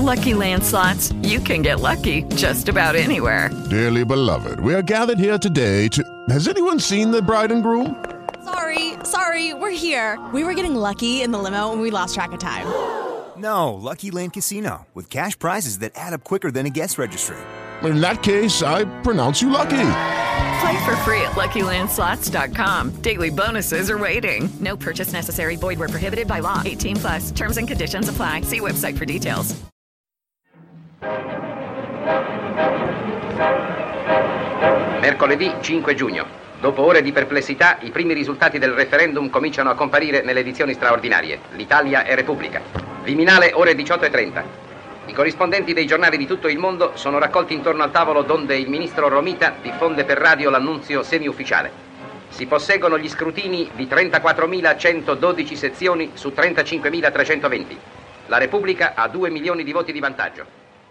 Lucky Land Slots, you can get lucky just about anywhere. Dearly beloved, we are gathered here today to... Has anyone seen the bride and groom? Sorry, we're here. We were getting lucky in the limo and we lost track of time. No, Lucky Land Casino, with cash prizes that add up quicker than a guest registry. In that case, I pronounce you lucky. Play for free at LuckyLandSlots.com. Daily bonuses are waiting. No purchase necessary. Void where prohibited by law. 18+. Terms and conditions apply. See website for details. Mercoledì 5 giugno. Dopo ore di perplessità, i primi risultati del referendum cominciano a comparire nelle edizioni straordinarie. L'Italia è Repubblica. Viminale, ore 18:30. I corrispondenti dei giornali di tutto il mondo sono raccolti intorno al tavolo donde il ministro Romita diffonde per radio l'annunzio semiufficiale. Si posseggono gli scrutini di 34.112 sezioni su 35.320. La Repubblica ha 2 milioni di voti di vantaggio.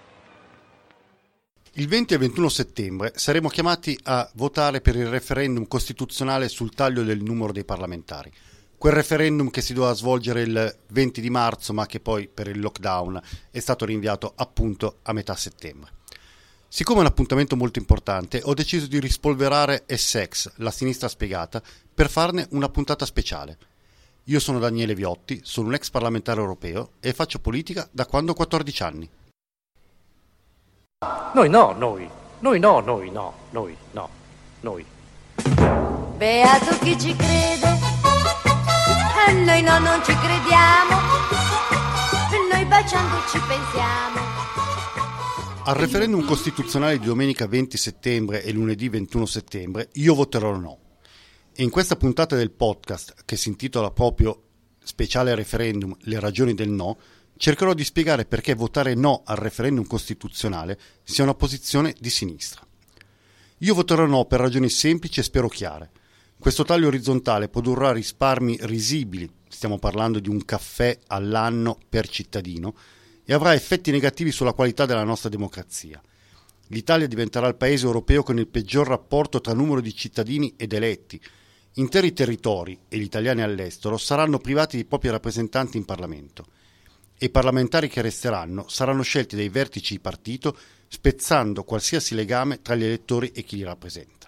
Il 20 e 21 settembre saremo chiamati a votare per il referendum costituzionale sul taglio del numero dei parlamentari. Quel referendum che si doveva svolgere il 20 di marzo, ma che poi per il lockdown è stato rinviato appunto a metà settembre. Siccome è un appuntamento molto importante, ho deciso di rispolverare Essex, la sinistra spiegata, per farne una puntata speciale. Io sono Daniele Viotti, sono un ex parlamentare europeo e faccio politica da quando ho 14 anni. Noi. Beato chi ci crede, e noi no, non ci crediamo, e noi baciando ci pensiamo. Al referendum costituzionale di domenica 20 settembre e lunedì 21 settembre io voterò no. E in questa puntata del podcast, che si intitola proprio Speciale referendum, le ragioni del no, cercherò di spiegare perché votare no al referendum costituzionale sia una posizione di sinistra. Io voterò no per ragioni semplici e spero chiare. Questo taglio orizzontale produrrà risparmi risibili, stiamo parlando di un caffè all'anno per cittadino, e avrà effetti negativi sulla qualità della nostra democrazia. L'Italia diventerà il paese europeo con il peggior rapporto tra numero di cittadini ed eletti. Interi territori, e gli italiani all'estero, saranno privati dei propri rappresentanti in Parlamento. E i parlamentari che resteranno saranno scelti dai vertici di partito, spezzando qualsiasi legame tra gli elettori e chi li rappresenta.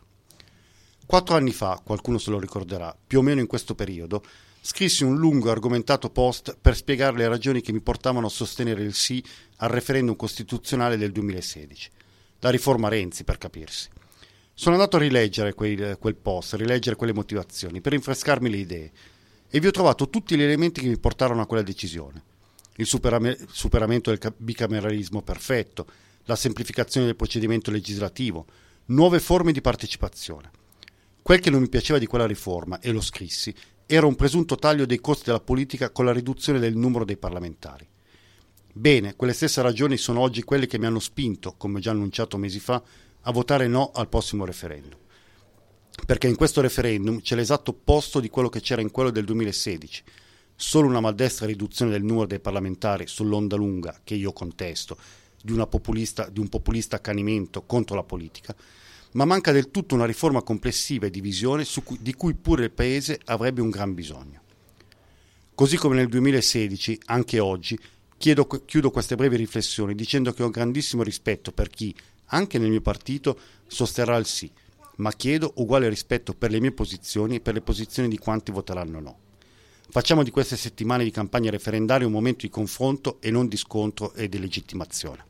4 anni fa, qualcuno se lo ricorderà, più o meno in questo periodo, scrissi un lungo e argomentato post per spiegare le ragioni che mi portavano a sostenere il sì al referendum costituzionale del 2016. La riforma Renzi, per capirsi. Sono andato a rileggere quel post, a rileggere quelle motivazioni, per rinfrescarmi le idee, e vi ho trovato tutti gli elementi che mi portarono a quella decisione. Il superamento del bicameralismo perfetto, la semplificazione del procedimento legislativo, nuove forme di partecipazione. Quel che non mi piaceva di quella riforma, e lo scrissi, era un presunto taglio dei costi della politica con la riduzione del numero dei parlamentari. Bene, quelle stesse ragioni sono oggi quelle che mi hanno spinto, come già annunciato mesi fa, a votare no al prossimo referendum. Perché in questo referendum c'è l'esatto opposto di quello che c'era in quello del 2016. Solo una maldestra riduzione del numero dei parlamentari sull'onda lunga, che io contesto, di un populista accanimento contro la politica, ma manca del tutto una riforma complessiva e di visione di cui pure il Paese avrebbe un gran bisogno. Così come nel 2016, anche oggi, chiudo queste brevi riflessioni dicendo che ho grandissimo rispetto per chi, anche nel mio partito, sosterrà il sì, ma chiedo uguale rispetto per le mie posizioni e per le posizioni di quanti voteranno no. Facciamo di queste settimane di campagna referendaria un momento di confronto e non di scontro e di legittimazione.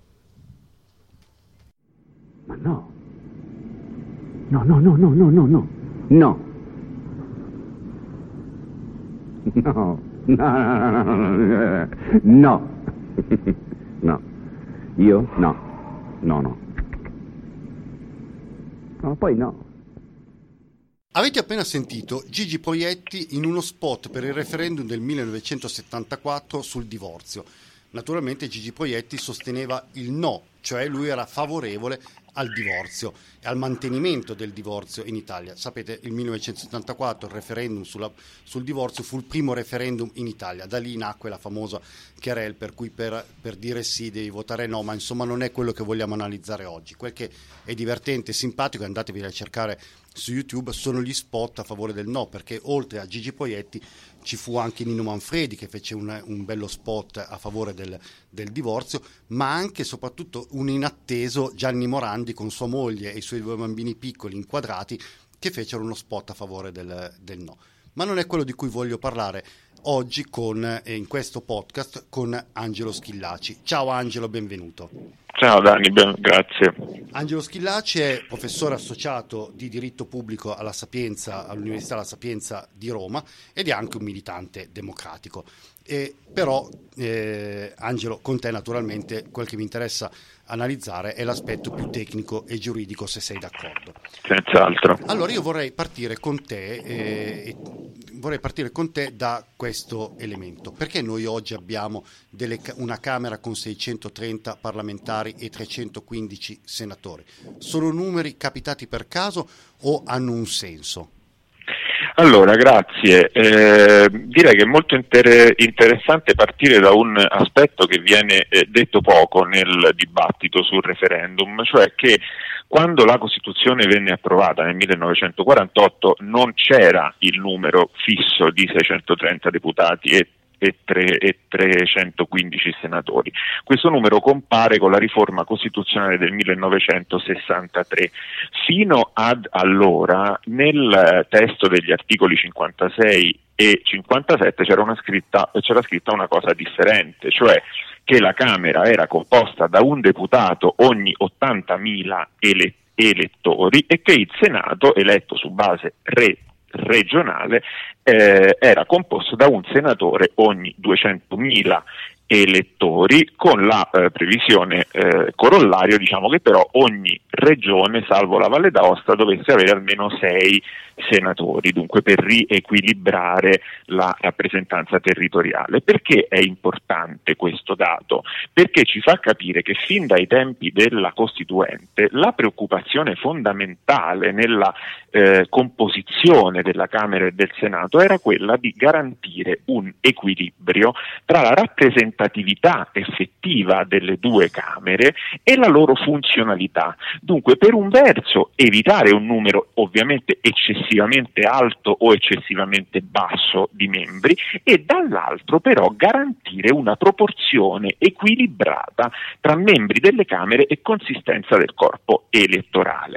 Ma no. No. No. No. Io no. No. No, poi no. Avete appena sentito Gigi Proietti in uno spot per il referendum del 1974 sul divorzio. Naturalmente Gigi Proietti sosteneva il no cioè lui era favorevole al divorzio e al mantenimento del divorzio in Italia. Sapete, il 1974 il referendum sul divorzio fu il primo referendum in Italia, da lì nacque la famosa querelle per cui per dire sì devi votare no, ma insomma non è quello che vogliamo analizzare oggi. Quel che è divertente e simpatico, andatevi a cercare su YouTube, sono gli spot a favore del no, perché oltre a Gigi Proietti ci fu anche Nino Manfredi che fece un bello spot a favore del divorzio, ma anche e soprattutto un inatteso Gianni Morandi con sua moglie e i suoi 2 bambini piccoli inquadrati che fecero uno spot a favore del no. Ma non è quello di cui voglio parlare oggi in questo podcast con Angelo Schillaci. Ciao Angelo, benvenuto. Ciao Dani, grazie. Angelo Schillaci è professore associato di diritto pubblico alla Sapienza, all'Università La Sapienza di Roma, ed è anche un militante democratico. Però Angelo, con te naturalmente quel che mi interessa analizzare è l'aspetto più tecnico e giuridico, se sei d'accordo. Senz'altro. Allora io vorrei partire con te da questo elemento. Perché noi oggi abbiamo una Camera con 630 parlamentari e 315 senatori? Sono numeri capitati per caso o hanno un senso? Allora, grazie. Direi che è molto interessante partire da un aspetto che viene detto poco nel dibattito sul referendum, cioè che quando la Costituzione venne approvata nel 1948 non c'era il numero fisso di 630 deputati e 315 senatori. Questo numero compare con la riforma costituzionale del 1963. Fino ad allora, nel testo degli articoli 56 e 57 c'era scritta una cosa differente, cioè che la Camera era composta da un deputato ogni 80.000 elettori e che il Senato, eletto su base regionale, era composto da un senatore ogni 200.000 elettori, con la previsione corollario, diciamo, che però ogni regione, salvo la Valle d'Aosta, dovesse avere almeno 6 senatori, dunque per riequilibrare la rappresentanza territoriale. Perché è importante questo dato? Perché ci fa capire che fin dai tempi della Costituente la preoccupazione fondamentale nella composizione della Camera e del Senato era quella di garantire un equilibrio tra la rappresentatività effettiva delle due Camere e la loro funzionalità. Dunque, per un verso evitare un numero ovviamente eccessivamente alto o eccessivamente basso di membri, e dall'altro però garantire una proporzione equilibrata tra membri delle Camere e consistenza del corpo elettorale.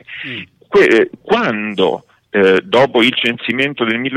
Quando dopo il censimento del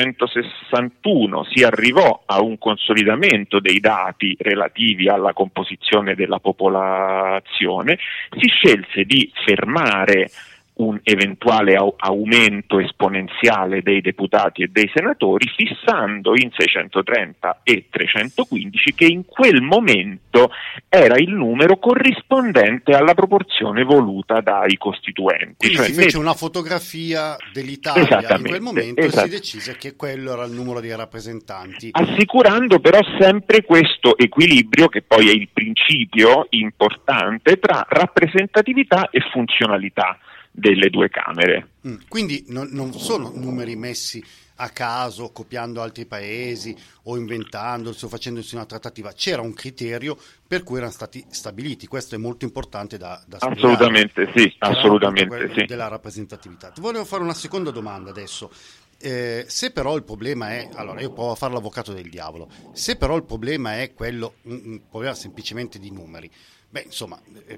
1961 si arrivò a un consolidamento dei dati relativi alla composizione della popolazione, si scelse di fermare un eventuale aumento esponenziale dei deputati e dei senatori, fissando in 630 e 315, che in quel momento era il numero corrispondente alla proporzione voluta dai costituenti. Quindi cioè si fece una fotografia dell'Italia in quel momento e si decise che quello era il numero di rappresentanti. Assicurando però sempre questo equilibrio, che poi è il principio importante, tra rappresentatività e funzionalità delle due Camere. Quindi non sono numeri messi a caso, copiando altri paesi o inventandosi o facendosi una trattativa. C'era un criterio per cui erano stati stabiliti. Questo è molto importante da spiegare. Assolutamente sì, assolutamente sì. Della rappresentatività. Ti volevo fare una seconda domanda adesso. Se però il problema è, allora io provo a fare l'avvocato del diavolo, se però il problema è quello, un problema semplicemente di numeri, insomma,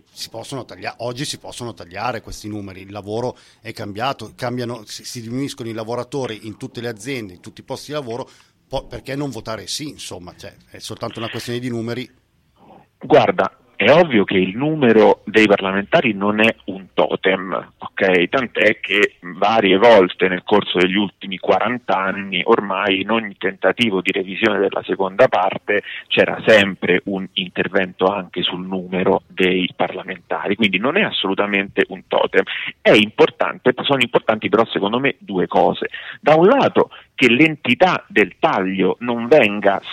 oggi si possono tagliare questi numeri, il lavoro è cambiato, si diminuiscono i lavoratori in tutte le aziende, in tutti i posti di lavoro, perché non votare sì, insomma, è soltanto una questione di numeri. Guarda, è ovvio che il numero dei parlamentari non è un totem, ok? Tant'è che varie volte nel corso degli ultimi 40 anni, ormai in ogni tentativo di revisione della seconda parte c'era sempre un intervento anche sul numero dei parlamentari, quindi non è assolutamente un totem. Sono importanti però secondo me due cose. Da un lato che l'entità del taglio non venga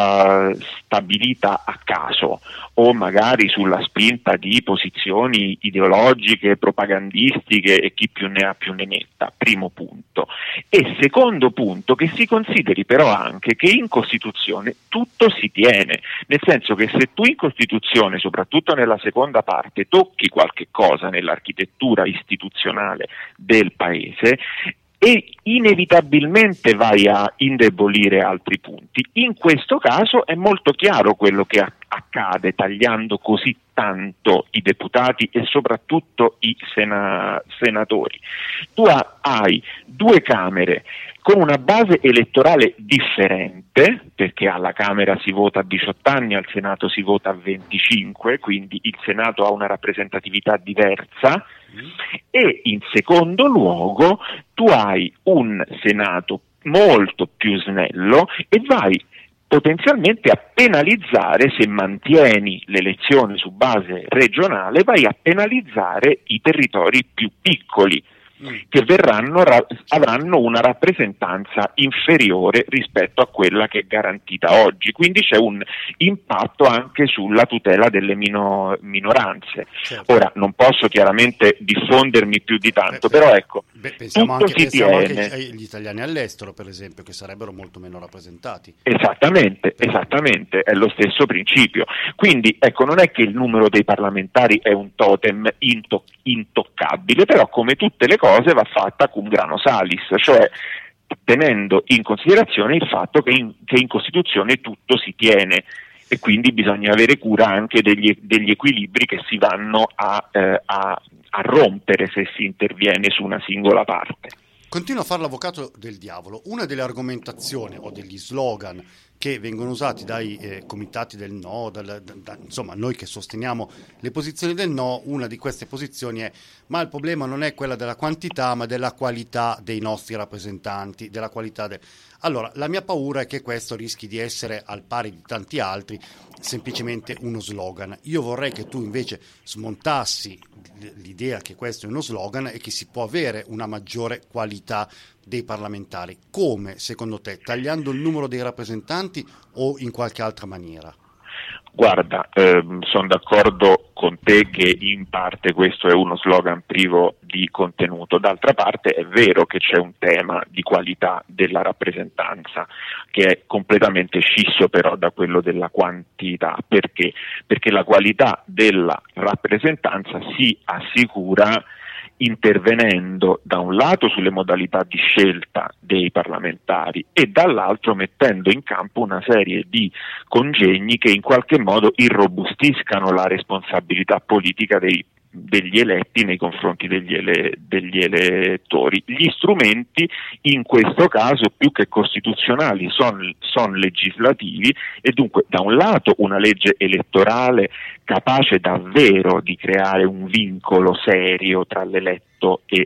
stabilita a caso o magari sulla spinta di posizioni ideologiche, propagandistiche e chi più ne ha più ne metta, primo punto. E secondo punto, che si consideri però anche che in Costituzione tutto si tiene, nel senso che se tu in Costituzione, soprattutto nella seconda parte, tocchi qualche cosa nell'architettura istituzionale del Paese, e inevitabilmente vai a indebolire altri punti. In questo caso è molto chiaro quello che accade tagliando così tanto i deputati e soprattutto i senatori. Tu hai due Camere con una base elettorale differente, perché alla Camera si vota a 18 anni, al Senato si vota a 25, quindi il Senato ha una rappresentatività diversa, e in secondo luogo tu hai un Senato molto più snello e vai potenzialmente a penalizzare, se mantieni l'elezione su base regionale, vai a penalizzare i territori più piccoli, che avranno una rappresentanza inferiore rispetto a quella che è garantita oggi. Quindi c'è un impatto anche sulla tutela delle minoranze. Certo. Ora, non posso chiaramente diffondermi più di tanto, però ecco, pensiamo anche agli italiani all'estero, per esempio, che sarebbero molto meno rappresentati. Esattamente, è lo stesso principio. Quindi, ecco, non è che il numero dei parlamentari è un totem intoccabile, però come tutte le cose va fatta cum grano salis, cioè tenendo in considerazione il fatto che in Costituzione tutto si tiene e quindi bisogna avere cura anche degli equilibri che si vanno a rompere se si interviene su una singola parte. Continua a fare l'avvocato del diavolo. Una delle argomentazioni o degli slogan che vengono usati dai comitati del no, insomma noi che sosteniamo le posizioni del no, una di queste posizioni è: ma il problema non è quella della quantità ma della qualità dei nostri rappresentanti, della qualità Allora, la mia paura è che questo rischi di essere, al pari di tanti altri, semplicemente uno slogan. Io vorrei che tu invece smontassi l'idea che questo è uno slogan e che si può avere una maggiore qualità dei parlamentari. Come, secondo te? Tagliando il numero dei rappresentanti o in qualche altra maniera? Guarda, sono d'accordo con te che in parte questo è uno slogan privo di contenuto. D'altra parte è vero che c'è un tema di qualità della rappresentanza che è completamente scisso però da quello della quantità. Perché? Perché la qualità della rappresentanza si assicura intervenendo da un lato sulle modalità di scelta dei parlamentari e dall'altro mettendo in campo una serie di congegni che in qualche modo irrobustiscano la responsabilità politica degli eletti nei confronti degli elettori. Gli strumenti in questo caso più che costituzionali sono legislativi e dunque da un lato una legge elettorale capace davvero di creare un vincolo serio tra l'eletto e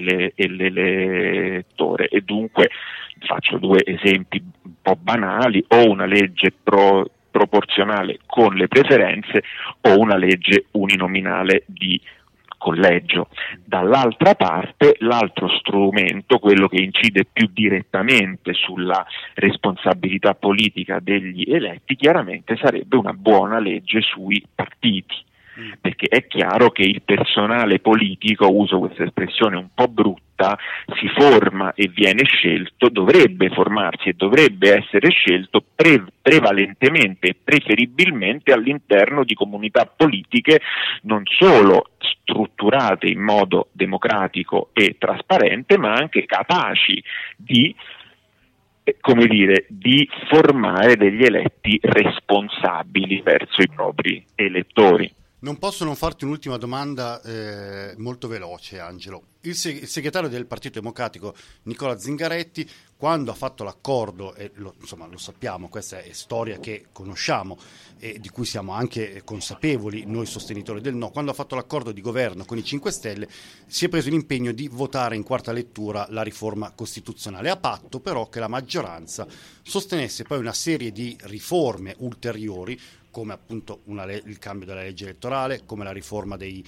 l'elettore, e dunque faccio due esempi un po' banali: o una legge proporzionale con le preferenze o una legge uninominale di collegio. Dall'altra parte, l'altro strumento, quello che incide più direttamente sulla responsabilità politica degli eletti, chiaramente sarebbe una buona legge sui partiti, perché è chiaro che il personale politico, uso questa espressione un po' brutta, si forma e viene scelto, dovrebbe formarsi e dovrebbe essere scelto prevalentemente e preferibilmente all'interno di comunità politiche non solo strutturate in modo democratico e trasparente, ma anche capaci di formare degli eletti responsabili verso i propri elettori. Non posso non farti un'ultima domanda molto veloce, Angelo. Il segretario del Partito Democratico, Nicola Zingaretti, quando ha fatto l'accordo, e lo sappiamo, questa è storia che conosciamo e di cui siamo anche consapevoli noi sostenitori del no, quando ha fatto l'accordo di governo con i 5 Stelle si è preso l'impegno di votare in quarta lettura la riforma costituzionale, a patto però che la maggioranza sostenesse poi una serie di riforme ulteriori, come appunto il cambio della legge elettorale, come la riforma dei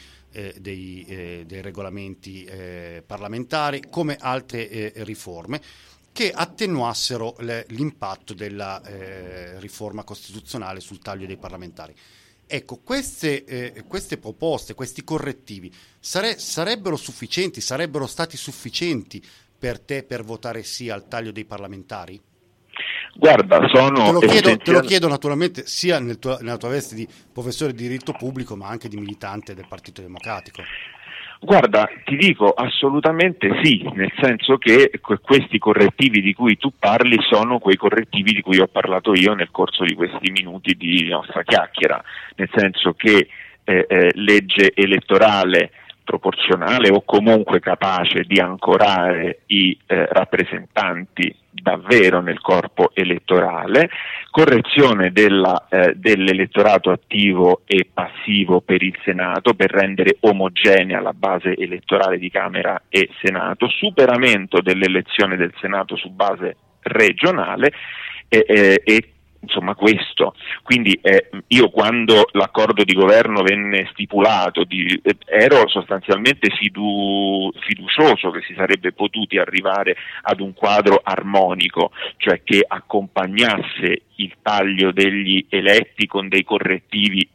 regolamenti parlamentari, come altre riforme che attenuassero l'impatto della riforma costituzionale sul taglio dei parlamentari. Ecco, queste proposte, questi correttivi sarebbero stati sufficienti per te per votare sì al taglio dei parlamentari? Guarda, te lo chiedo naturalmente sia nella tua veste di professore di diritto pubblico, ma anche di militante del Partito Democratico. Guarda, ti dico assolutamente sì, nel senso che questi correttivi di cui tu parli sono quei correttivi di cui ho parlato io nel corso di questi minuti di nostra chiacchiera, nel senso che legge elettorale proporzionale o comunque capace di ancorare i rappresentanti davvero nel corpo elettorale, correzione dell'elettorato attivo e passivo per il Senato per rendere omogenea la base elettorale di Camera e Senato, superamento dell'elezione del Senato su base regionale e insomma questo. Quindi io quando l'accordo di governo venne stipulato ero sostanzialmente fiducioso che si sarebbe potuti arrivare ad un quadro armonico, cioè che accompagnasse il taglio degli eletti con dei correttivi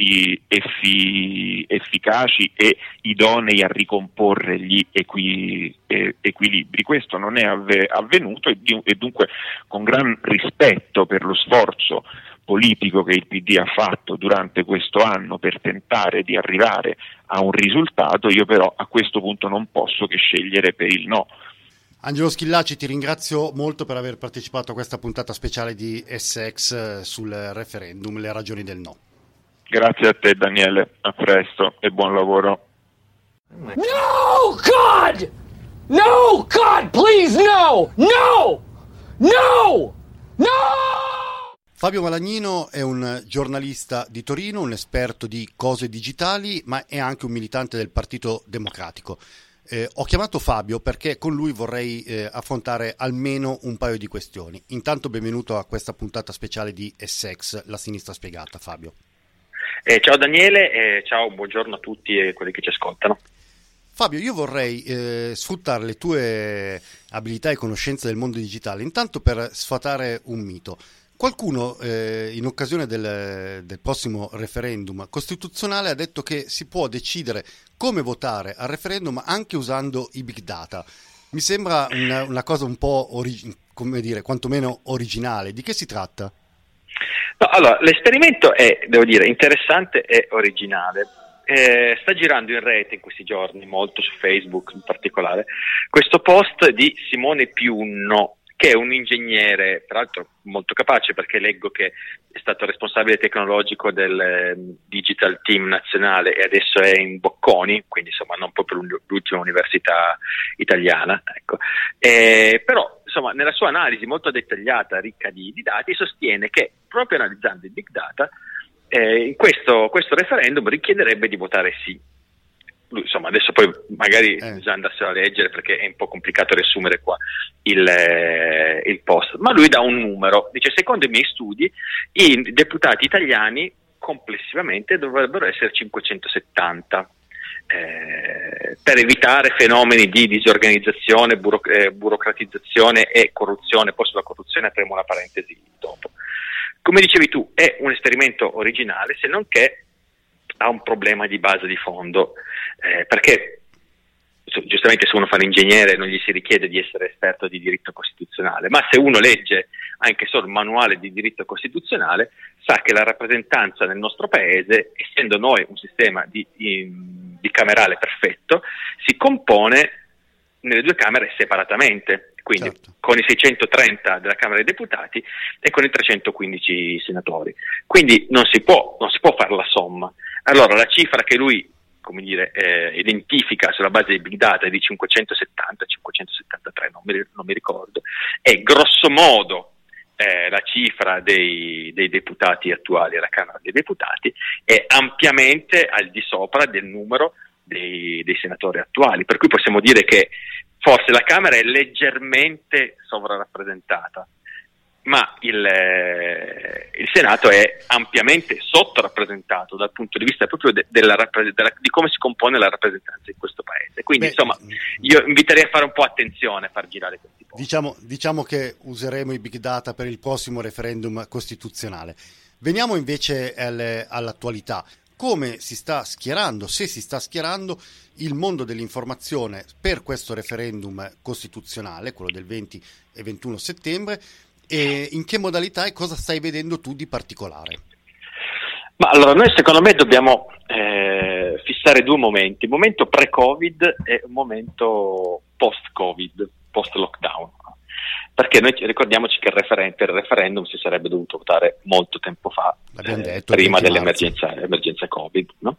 efficaci e idonei a ricomporre gli equilibri. Questo non è avvenuto e dunque, con gran rispetto per lo sforzo politico che il PD ha fatto durante questo anno per tentare di arrivare a un risultato, io però a questo punto non posso che scegliere per il no. Angelo Schillaci, ti ringrazio molto per aver partecipato a questa puntata speciale di Essex sul referendum, le ragioni del no. Grazie a te Daniele, a presto e buon lavoro. No, God! No, God, please, no! No! No! No! Fabio Malagnino è un giornalista di Torino, un esperto di cose digitali, ma è anche un militante del Partito Democratico. Ho chiamato Fabio perché con lui vorrei affrontare almeno un paio di questioni. Intanto benvenuto a questa puntata speciale di Essex, la sinistra spiegata, Fabio. Ciao Daniele, ciao, buongiorno a tutti e quelli che ci ascoltano. Fabio, io vorrei sfruttare le tue abilità e conoscenze del mondo digitale, intanto per sfatare un mito. Qualcuno in occasione del prossimo referendum costituzionale ha detto che si può decidere come votare al referendum anche usando i big data. Mi sembra una cosa un po' quantomeno originale. Di che si tratta? No, allora, l'esperimento è, devo dire, interessante e originale. Sta girando in rete in questi giorni, molto su Facebook in particolare, questo post di Simone Piunno, che è un ingegnere, peraltro molto capace, perché leggo che è stato responsabile tecnologico del Digital Team nazionale e adesso è in Bocconi, quindi insomma non proprio l'ultima università italiana, ecco. Però insomma nella sua analisi molto dettagliata, ricca di dati, sostiene che proprio analizzando il big data in questo referendum richiederebbe di votare sì. Lui, insomma, adesso poi magari bisogna andarselo a leggere perché è un po' complicato riassumere qua il post, ma lui dà un numero, dice: secondo i miei studi i deputati italiani complessivamente dovrebbero essere 570 per evitare fenomeni di disorganizzazione, burocratizzazione e corruzione. Poi sulla corruzione apriamo una parentesi dopo. Come dicevi tu, è un esperimento originale, se non che ha un problema di base di fondo, perché giustamente se uno fa l'ingegnere non gli si richiede di essere esperto di diritto costituzionale, ma se uno legge anche solo il manuale di diritto costituzionale sa che la rappresentanza nel nostro paese, essendo noi un sistema di bicamerale perfetto, si compone nelle due Camere separatamente, quindi certo, con i 630 della Camera dei Deputati e con i 315 senatori. Quindi non si può fare la somma. Allora la cifra che lui, come dire, identifica sulla base dei big data è di 570, 573, non mi ricordo, è grosso modo la cifra dei deputati attuali alla Camera dei Deputati, è ampiamente al di sopra del numero dei senatori attuali, per cui possiamo dire che forse la Camera è leggermente sovrarappresentata. ma il Senato è ampiamente sottorappresentato dal punto di vista proprio di come si compone la rappresentanza in questo paese. Quindi insomma io inviterei a fare un po' attenzione a far girare questi punti. Diciamo che useremo i big data per il prossimo referendum costituzionale. Veniamo invece all'attualità. Come si sta schierando, se si sta schierando il mondo dell'informazione per questo referendum costituzionale, quello del 20 e 21 settembre, e in che modalità e cosa stai vedendo tu di particolare? Ma allora noi secondo me dobbiamo fissare due momenti, un momento pre-Covid e un momento post-Covid, post-lockdown. Perché noi ricordiamoci che per il referendum si sarebbe dovuto votare molto tempo fa, prima dell'emergenza Covid, no?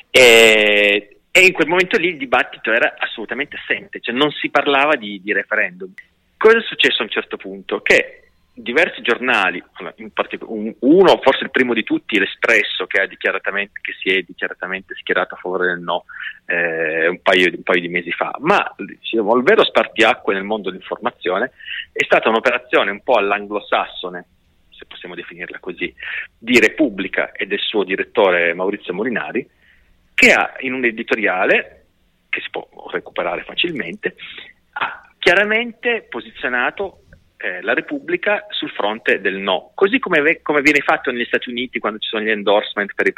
E in quel momento lì il dibattito era assolutamente assente, cioè non si parlava di referendum. Cosa è successo a un certo punto? Che diversi giornali, in particolare uno, forse il primo di tutti, l'Espresso, che si è dichiaratamente schierato a favore del no un paio di mesi fa, ma diciamo, il vero spartiacque nel mondo dell'informazione è stata un'operazione un po' all'anglosassone, se possiamo definirla così, di Repubblica e del suo direttore Maurizio Molinari, che ha, in un editoriale che si può recuperare facilmente, ha chiaramente posizionato la Repubblica sul fronte del no, così come viene fatto negli Stati Uniti quando ci sono gli endorsement per i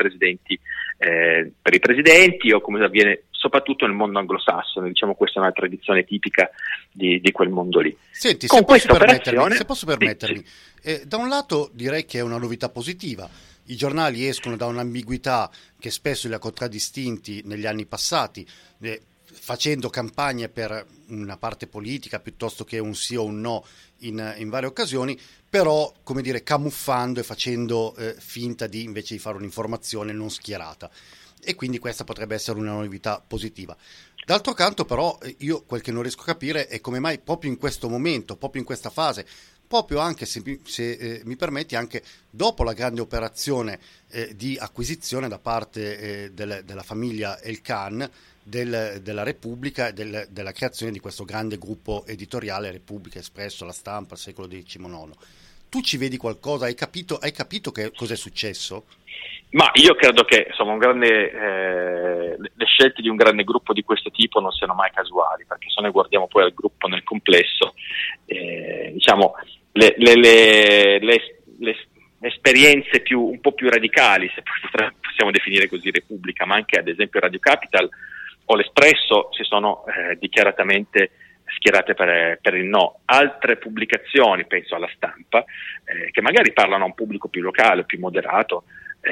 presidenti o come avviene soprattutto nel mondo anglosassone. Diciamo, questa è una tradizione tipica di quel mondo lì. Senti, se posso permettermi, da un lato direi che è una novità positiva. I giornali escono da un'ambiguità che spesso li ha contraddistinti negli anni passati, facendo campagne per una parte politica piuttosto che un sì o un no in varie occasioni, però, come dire, camuffando e facendo finta invece di fare un'informazione non schierata. E quindi questa potrebbe essere una novità positiva. D'altro canto, però, io quel che non riesco a capire è come mai proprio in questo momento, proprio in questa fase, proprio anche, se mi permetti, anche dopo la grande operazione di acquisizione da parte della famiglia Elkann della Repubblica e della creazione di questo grande gruppo editoriale, Repubblica, Espresso, La Stampa, Secolo XIX. Tu ci vedi qualcosa? Hai capito che cos'è successo? Ma io credo che insomma le scelte di un grande gruppo di questo tipo non siano mai casuali, perché se noi guardiamo poi al gruppo nel complesso, diciamo le esperienze un po' più radicali, se possiamo definire così Repubblica, ma anche ad esempio Radio Capital o l'Espresso, si sono dichiaratamente schierate per il no. Altre pubblicazioni, penso alla Stampa, che magari parlano a un pubblico più locale, più moderato,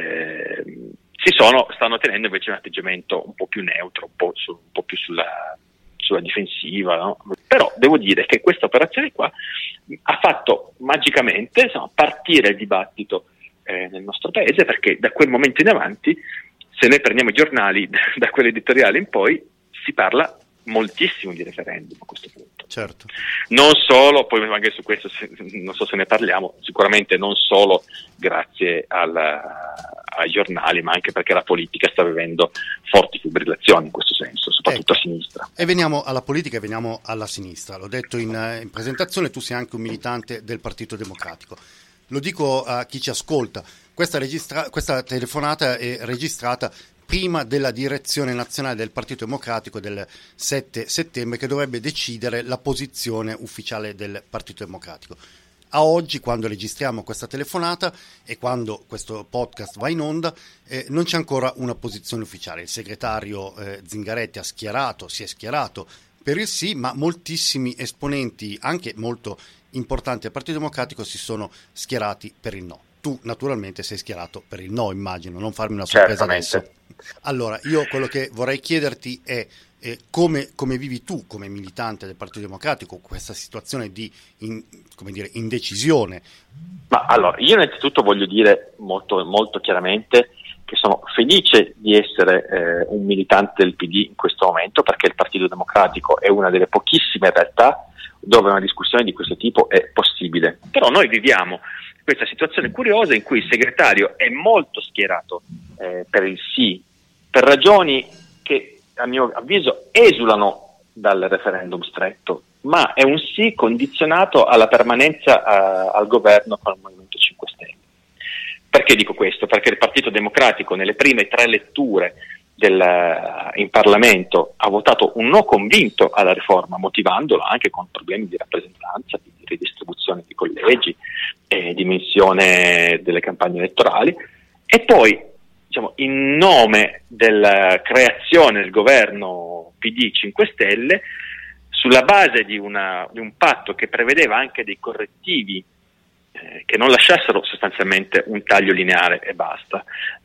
stanno tenendo invece un atteggiamento un po' più neutro, un po' più sulla difensiva, no? Però devo dire che questa operazione qua ha fatto magicamente partire il dibattito nel nostro paese, perché da quel momento in avanti, se noi prendiamo i giornali da quell'editoriale in poi, si parla moltissimo di referendum a questo punto. Certo. Non solo, poi magari su questo non so se ne parliamo, sicuramente non solo grazie ai giornali, ma anche perché la politica sta vivendo forti fibrillazioni in questo senso, soprattutto a sinistra. E veniamo alla politica e veniamo alla sinistra. L'ho detto in presentazione, tu sei anche un militante del Partito Democratico. Lo dico a chi ci ascolta, questa telefonata è registrata prima della direzione nazionale del Partito Democratico del 7 settembre, che dovrebbe decidere la posizione ufficiale del Partito Democratico. A oggi, quando registriamo questa telefonata e quando questo podcast va in onda, non c'è ancora una posizione ufficiale. Il segretario Zingaretti si è schierato per il sì, ma moltissimi esponenti, anche molto importanti del Partito Democratico, si sono schierati per il no. Tu naturalmente sei schierato per il no, immagino, non farmi una sorpresa adesso. Allora, io quello che vorrei chiederti è come vivi tu come militante del Partito Democratico questa situazione di indecisione? Ma allora, io innanzitutto voglio dire molto, molto chiaramente che sono felice di essere un militante del PD in questo momento, perché il Partito Democratico è una delle pochissime realtà dove una discussione di questo tipo è possibile. Però noi viviamo questa situazione curiosa in cui il segretario è molto schierato per il sì, per ragioni che a mio avviso esulano dal referendum stretto ma è un sì condizionato alla permanenza al governo con il Movimento 5 Stelle. Perché dico questo? Perché il Partito Democratico nelle prime 3 letture in Parlamento ha votato un no convinto alla riforma, motivandolo anche con problemi di rappresentanza, di ridistribuzione di collegi, dimensione delle campagne elettorali, e poi, diciamo, in nome della creazione del governo PD 5 Stelle, sulla base di un patto che prevedeva anche dei correttivi che non lasciassero sostanzialmente un taglio lineare e basta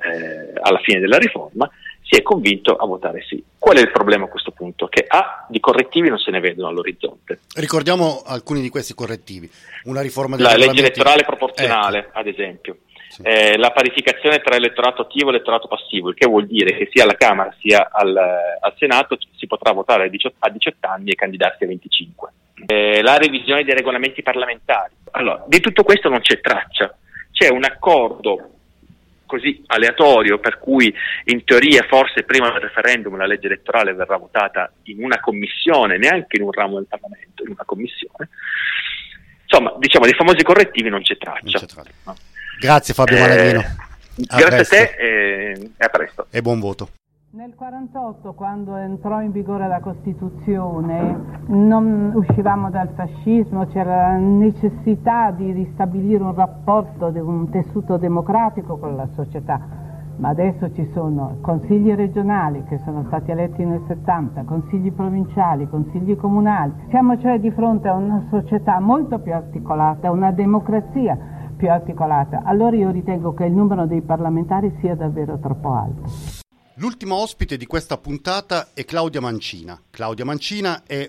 alla fine della riforma, si è convinto a votare sì. Qual è il problema a questo punto? Che di correttivi non se ne vedono all'orizzonte. Ricordiamo alcuni di questi correttivi. Una riforma la legge elettorale proporzionale, ad esempio. Sì. La parificazione tra elettorato attivo e elettorato passivo, il che vuol dire che sia alla Camera sia al Senato si potrà votare a 18 anni e candidarsi a 25. La revisione dei regolamenti parlamentari. Allora, di tutto questo non c'è traccia. C'è un accordo così aleatorio per cui in teoria forse prima del referendum la legge elettorale verrà votata in una commissione, neanche in un ramo del Parlamento, in una commissione. Insomma, diciamo, dei famosi correttivi non c'è traccia. No? Grazie Fabio Maraghino. Grazie a te e a presto. E buon voto. Nel 1948, quando entrò in vigore la Costituzione, non uscivamo dal fascismo, c'era la necessità di ristabilire un rapporto, un tessuto democratico con la società, ma adesso ci sono consigli regionali che sono stati eletti nel 70, consigli provinciali, consigli comunali. Siamo cioè di fronte a una società molto più articolata, una democrazia più articolata. Allora io ritengo che il numero dei parlamentari sia davvero troppo alto. L'ultima ospite di questa puntata è Claudia Mancina. Claudia Mancina è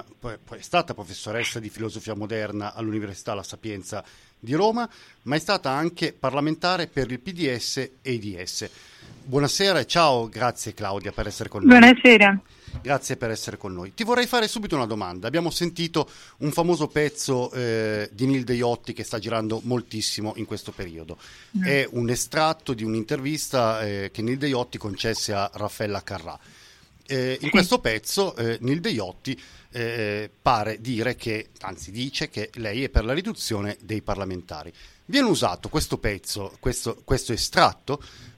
stata professoressa di filosofia moderna all'Università La Sapienza di Roma, ma è stata anche parlamentare per il PDS e IDS. Buonasera e ciao, grazie Claudia per essere con noi. Buonasera. Grazie per essere con noi. Ti vorrei fare subito una domanda. Abbiamo sentito un famoso pezzo di Nilde Iotti che sta girando moltissimo in questo periodo. È un estratto di un'intervista che Nilde Iotti concesse a Raffaella Carrà. In questo pezzo Nilde Iotti pare dire dice che lei è per la riduzione dei parlamentari. Viene usato questo pezzo, questo estratto,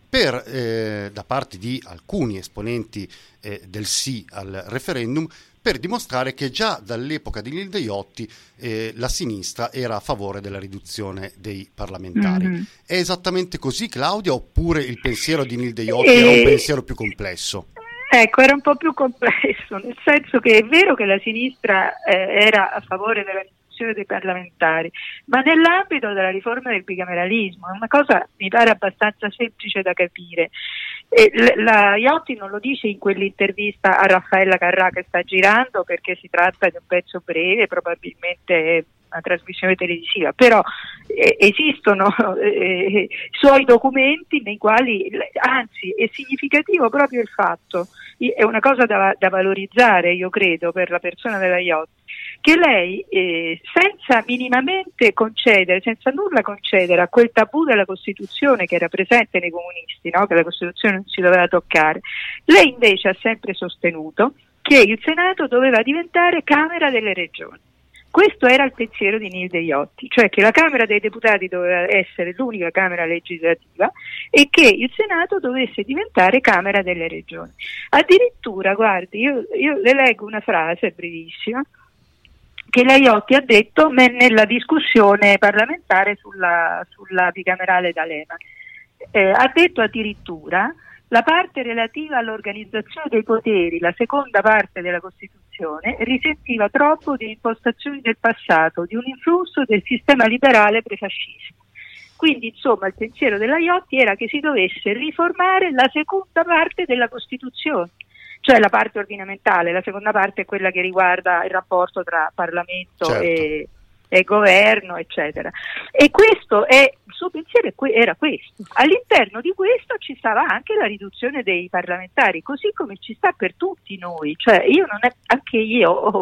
da parte di alcuni esponenti del sì al referendum, per dimostrare che già dall'epoca di Nilde Iotti la sinistra era a favore della riduzione dei parlamentari. Mm-hmm. È esattamente così, Claudia, oppure il pensiero di Nilde Iotti era un pensiero più complesso? Ecco, era un po' più complesso, nel senso che è vero che la sinistra era a favore della riduzione dei parlamentari, ma nell'ambito della riforma del bicameralismo. È una cosa, mi pare, abbastanza semplice da capire. La Iotti non lo dice in quell'intervista a Raffaella Carrà che sta girando, perché si tratta di un pezzo breve, probabilmente una trasmissione televisiva, però esistono suoi documenti nei quali, anzi, è significativo proprio il fatto, è una cosa da valorizzare, io credo, per la persona della Iotti, che lei senza minimamente concedere, senza nulla concedere a quel tabù della Costituzione che era presente nei comunisti, no? Che la Costituzione non si doveva toccare, lei invece ha sempre sostenuto che il Senato doveva diventare Camera delle Regioni. Questo era il pensiero di Nilde Iotti, cioè che la Camera dei Deputati doveva essere l'unica Camera legislativa e che il Senato dovesse diventare Camera delle Regioni. Addirittura, guardi, io le leggo una frase brevissima che la Iotti ha detto nella discussione parlamentare sulla bicamerale D'Alema. Ha detto addirittura: la parte relativa all'organizzazione dei poteri, la seconda parte della Costituzione, risentiva troppo di impostazioni del passato, di un influsso del sistema liberale prefascista. Quindi, insomma, il pensiero della Iotti era che si dovesse riformare la seconda parte della Costituzione, cioè la parte ordinamentale. La seconda parte è quella che riguarda il rapporto tra Parlamento e governo, eccetera. E questo è il suo pensiero, era questo. All'interno di questo ci stava anche la riduzione dei parlamentari, così come ci sta per tutti noi, cioè anche io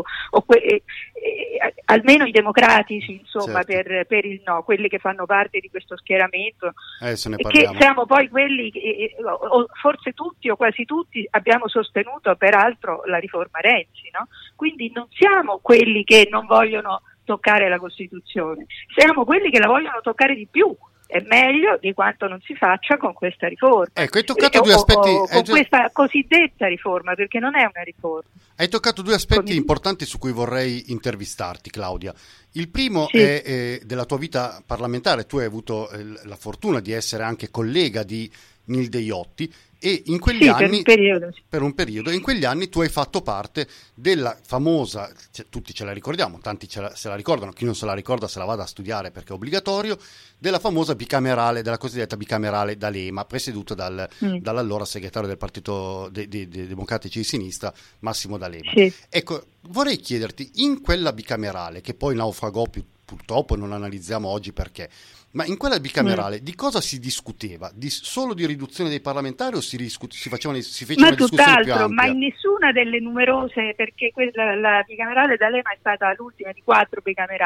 almeno i democratici, insomma, certo, per il no, quelli che fanno parte di questo schieramento, adesso ne che parliamo. siamo poi quelli che forse tutti o quasi tutti abbiamo sostenuto peraltro la riforma Renzi, no? Quindi non siamo quelli che non vogliono toccare la Costituzione, siamo quelli che la vogliono toccare di più e meglio di quanto non si faccia con questa riforma. Ecco, hai toccato due aspetti con questa cosiddetta riforma, perché non è una riforma. Hai toccato due aspetti importanti su cui vorrei intervistarti, Claudia. Il primo sì, è della tua vita parlamentare. Tu hai avuto la fortuna di essere anche collega di Nilde Iotti e in quegli anni, per un periodo, in quegli anni tu hai fatto parte della famosa, tutti ce la ricordiamo, tanti se la ricordano, chi non se la ricorda se la vada a studiare perché è obbligatorio, della famosa bicamerale, della cosiddetta bicamerale D'Alema, presieduta dall'allora segretario del Partito dei Democratici di Sinistra, Massimo D'Alema. Sì. Ecco, vorrei chiederti, in quella bicamerale, che poi naufragò purtroppo, non analizziamo oggi perché, ma in quella bicamerale di cosa si discuteva? Solo di riduzione dei parlamentari o si fece una discussione più ampia? Ma in nessuna delle numerose, perché la bicamerale D'Alema è stata l'ultima di 4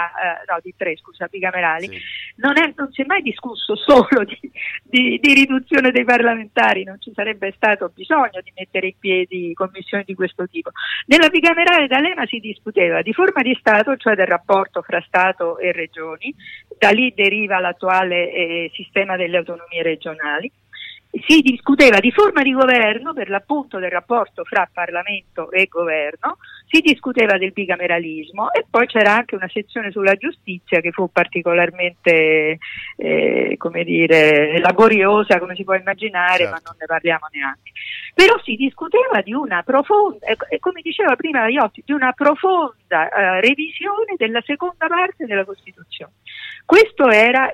bicamerali, sì. Non si è mai discusso solo di riduzione dei parlamentari, non ci sarebbe stato bisogno di mettere in piedi commissioni di questo tipo. Nella bicamerale D'Alema si discuteva di forma di Stato, cioè del rapporto fra Stato e regioni, da lì deriva l'attuale sistema delle autonomie regionali. Si discuteva di forma di governo, per l'appunto del rapporto fra Parlamento e governo, si discuteva del bicameralismo e poi c'era anche una sezione sulla giustizia che fu particolarmente laboriosa, come si può immaginare, certo, ma non ne parliamo neanche. Però si discuteva di una profonda, come diceva prima Iotti, di una profonda revisione della seconda parte della Costituzione. Questo era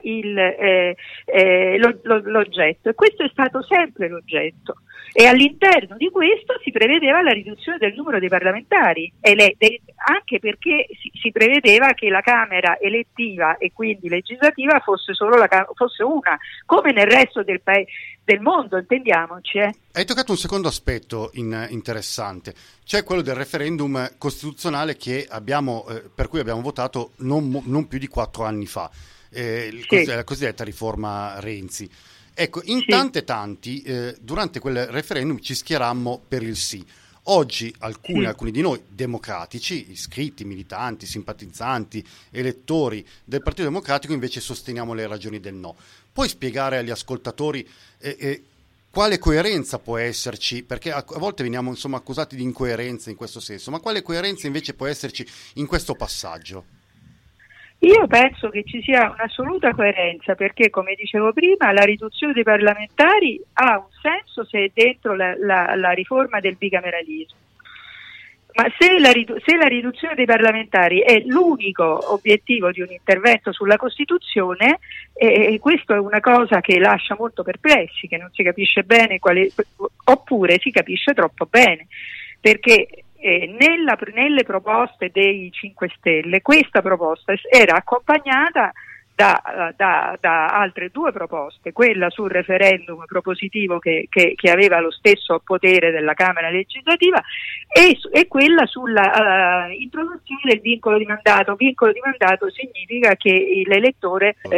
l'oggetto e questo è stato sempre l'oggetto. E all'interno di questo si prevedeva la riduzione del numero dei parlamentari, anche perché si prevedeva che la Camera elettiva e quindi legislativa fosse una, come nel resto del mondo, intendiamoci. Hai toccato un secondo aspetto interessante, cioè quello del referendum costituzionale che per cui abbiamo votato non più di 4 anni fa, la cosiddetta riforma Renzi. Ecco, in tanti, durante quel referendum ci schierammo per il sì. Oggi alcuni di noi democratici, iscritti, militanti, simpatizzanti, elettori del Partito Democratico, invece sosteniamo le ragioni del no. Puoi spiegare agli ascoltatori quale coerenza può esserci, perché a volte veniamo accusati di incoerenza in questo senso, ma quale coerenza invece può esserci in questo passaggio? Io penso che ci sia un'assoluta coerenza perché, come dicevo prima, la riduzione dei parlamentari ha un senso se è dentro la riforma del bicameralismo. Ma se la riduzione dei parlamentari è l'unico obiettivo di un intervento sulla Costituzione, questo è una cosa che lascia molto perplessi, che non si capisce bene oppure si capisce troppo bene, perché nelle proposte dei 5 Stelle questa proposta era accompagnata da altre 2 proposte, quella sul referendum propositivo che aveva lo stesso potere della Camera legislativa e quella sulla introduzione del vincolo di mandato. Vincolo di mandato significa che l'eletto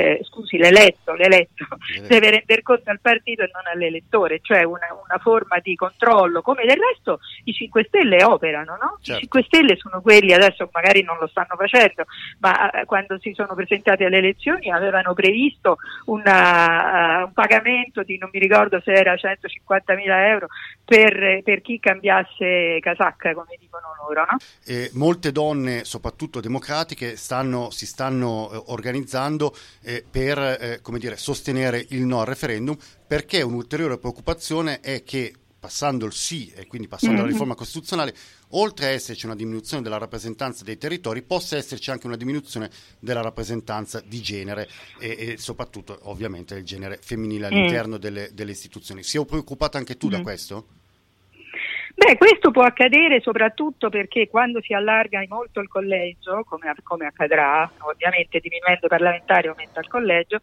deve render conto al partito e non all'elettore, cioè una forma di controllo, come del resto i 5 Stelle operano, no? Certo. I 5 Stelle sono quelli, adesso magari non lo stanno facendo, ma quando si sono presentati alle elezioni avevano previsto un pagamento di, non mi ricordo se era 150.000 euro per chi cambiasse casacca, come dicono loro, no? Molte donne, soprattutto democratiche, si stanno organizzando per sostenere il no al referendum, perché un'ulteriore preoccupazione è che passando il sì e quindi passando alla riforma costituzionale, oltre a esserci una diminuzione della rappresentanza dei territori, possa esserci anche una diminuzione della rappresentanza di genere e soprattutto ovviamente del genere femminile all'interno delle istituzioni. Sei preoccupata anche tu da questo? Questo può accadere soprattutto perché quando si allarga molto il collegio, come accadrà, ovviamente diminuendo i parlamentari aumenta il collegio,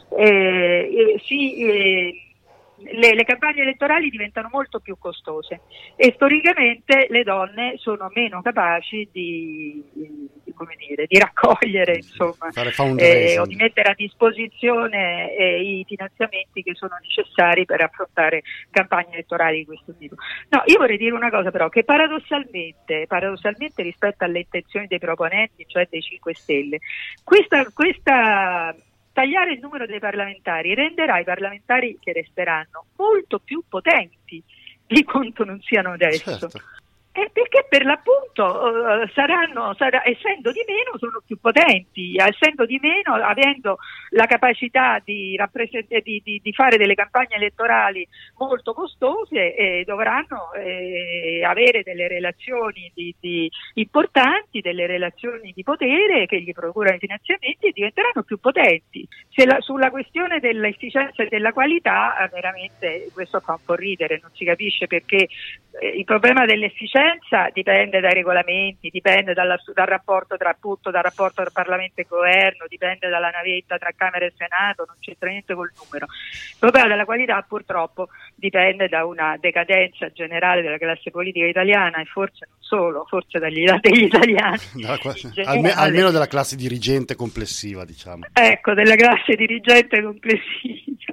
le campagne elettorali diventano molto più costose e storicamente le donne sono meno capaci di raccogliere, insomma, o di mettere a disposizione i finanziamenti che sono necessari per affrontare campagne elettorali di questo tipo. No, io vorrei dire una cosa però, che paradossalmente rispetto alle intenzioni dei proponenti, cioè dei 5 Stelle, questa tagliare il numero dei parlamentari renderà i parlamentari che resteranno molto più potenti di quanto non siano adesso. Certo. Perché per l'appunto essendo di meno sono più potenti, essendo di meno, avendo la capacità di fare delle campagne elettorali molto costose, dovranno avere delle relazioni importanti, delle relazioni di potere che gli procurano i finanziamenti e diventeranno più potenti. Sulla questione dell'efficienza e della qualità veramente questo fa un po' ridere, non si capisce perché il problema dell'efficienza dipende dai regolamenti, dipende dal rapporto tra Parlamento e Governo, dipende dalla navetta tra Camera e Senato, non c'entra niente col numero. Il problema della qualità purtroppo dipende da una decadenza generale della classe politica italiana e forse non solo, forse degli italiani. Almeno della classe dirigente complessiva, diciamo. Ecco, della classe dirigente complessiva.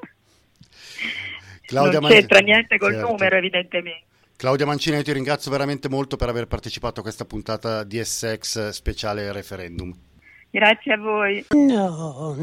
Non c'entra niente col numero, evidentemente. Claudia Mancini, io ti ringrazio veramente molto per aver partecipato a questa puntata di Essex speciale referendum. Grazie a voi. No.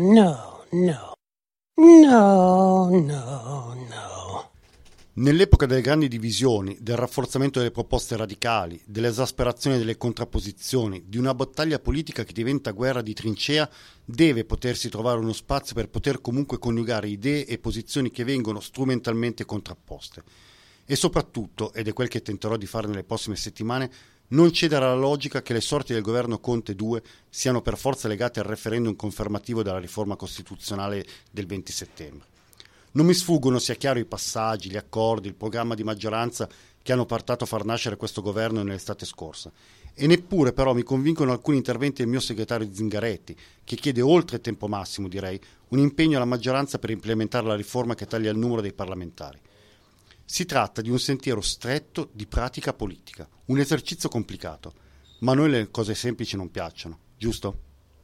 Nell'epoca delle grandi divisioni, del rafforzamento delle proposte radicali, dell'esasperazione delle contrapposizioni, di una battaglia politica che diventa guerra di trincea, deve potersi trovare uno spazio per poter comunque coniugare idee e posizioni che vengono strumentalmente contrapposte. E soprattutto, ed è quel che tenterò di fare nelle prossime settimane, non cedere alla logica che le sorti del governo Conte 2 siano per forza legate al referendum confermativo della riforma costituzionale del 20 settembre. Non mi sfuggono, sia chiaro, i passaggi, gli accordi, il programma di maggioranza che hanno portato a far nascere questo governo nell'estate scorsa. E neppure però mi convincono alcuni interventi del mio segretario Zingaretti, che chiede oltre il tempo massimo, direi, un impegno alla maggioranza per implementare la riforma che taglia il numero dei parlamentari. Si tratta di un sentiero stretto di pratica politica, un esercizio complicato, ma a noi le cose semplici non piacciono, giusto?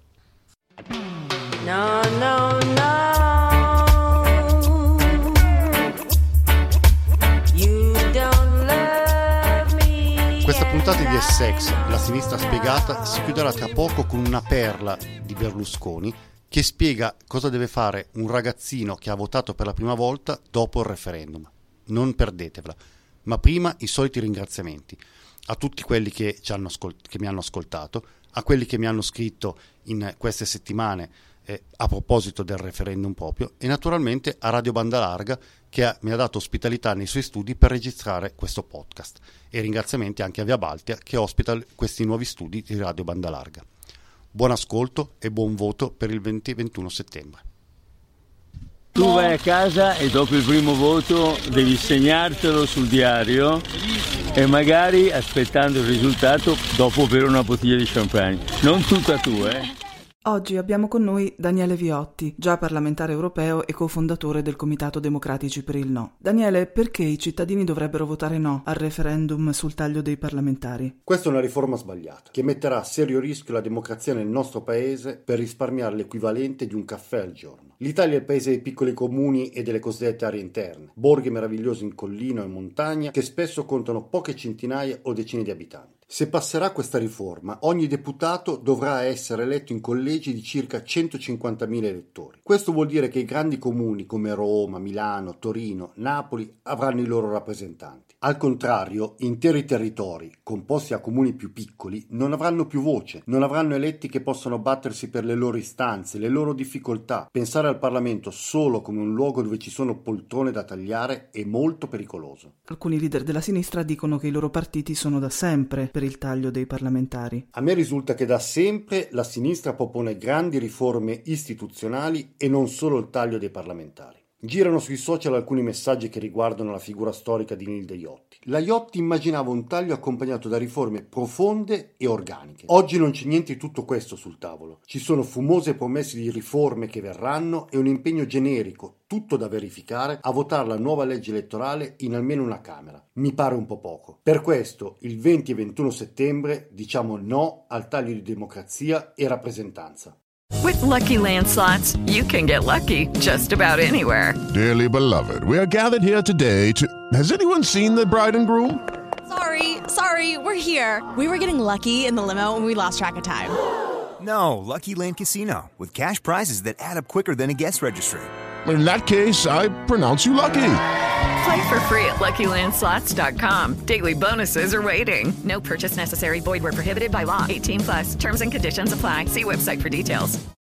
No. You don't love me. Questa puntata di Essex, la sinistra spiegata, si chiuderà tra poco con una perla di Berlusconi che spiega cosa deve fare un ragazzino che ha votato per la prima volta dopo il referendum. Non perdetevela, ma prima i soliti ringraziamenti a tutti quelli che mi hanno ascoltato, a quelli che mi hanno scritto in queste settimane a proposito del referendum proprio, e naturalmente a Radio Banda Larga che mi ha dato ospitalità nei suoi studi per registrare questo podcast, e ringraziamenti anche a Via Baltia che ospita questi nuovi studi di Radio Banda Larga. Buon ascolto e buon voto per il 20 e 21 settembre. Tu vai a casa e dopo il primo voto devi segnartelo sul diario e magari, aspettando il risultato, dopo bere una bottiglia di champagne. Non tutta tu, Oggi abbiamo con noi Daniele Viotti, già parlamentare europeo e cofondatore del Comitato Democratici per il No. Daniele, perché i cittadini dovrebbero votare no al referendum sul taglio dei parlamentari? Questa è una riforma sbagliata, che metterà a serio rischio la democrazia nel nostro paese per risparmiare l'equivalente di un caffè al giorno. L'Italia è il paese dei piccoli comuni e delle cosiddette aree interne, borghi meravigliosi in collina e in montagna che spesso contano poche centinaia o decine di abitanti. Se passerà questa riforma, ogni deputato dovrà essere eletto in collegi di circa 150.000 elettori. Questo vuol dire che i grandi comuni come Roma, Milano, Torino, Napoli avranno i loro rappresentanti. Al contrario, interi territori, composti da comuni più piccoli, non avranno più voce, non avranno eletti che possano battersi per le loro istanze, le loro difficoltà. Pensare al Parlamento solo come un luogo dove ci sono poltrone da tagliare è molto pericoloso. Alcuni leader della sinistra dicono che i loro partiti sono da sempre per il taglio dei parlamentari. A me risulta che da sempre la sinistra propone grandi riforme istituzionali e non solo il taglio dei parlamentari. Girano sui social alcuni messaggi che riguardano la figura storica di Nilde Iotti. La Iotti immaginava un taglio accompagnato da riforme profonde e organiche. Oggi non c'è niente di tutto questo sul tavolo. Ci sono fumose promesse di riforme che verranno e un impegno generico, tutto da verificare, a votare la nuova legge elettorale in almeno una Camera. Mi pare un po' poco. Per questo, il 20 e 21 settembre diciamo no al taglio di democrazia e rappresentanza. With Lucky Land Slots, you can get lucky just about anywhere. Dearly beloved, we are gathered here today to... Has anyone seen the bride and groom? Sorry, we're here. We were getting lucky in the limo and we lost track of time. No, Lucky Land Casino, with cash prizes that add up quicker than a guest registry. In that case, I pronounce you lucky. Play for free at LuckyLandSlots.com. Daily bonuses are waiting. No purchase necessary. Void where prohibited by law. 18+. Terms and conditions apply. See website for details.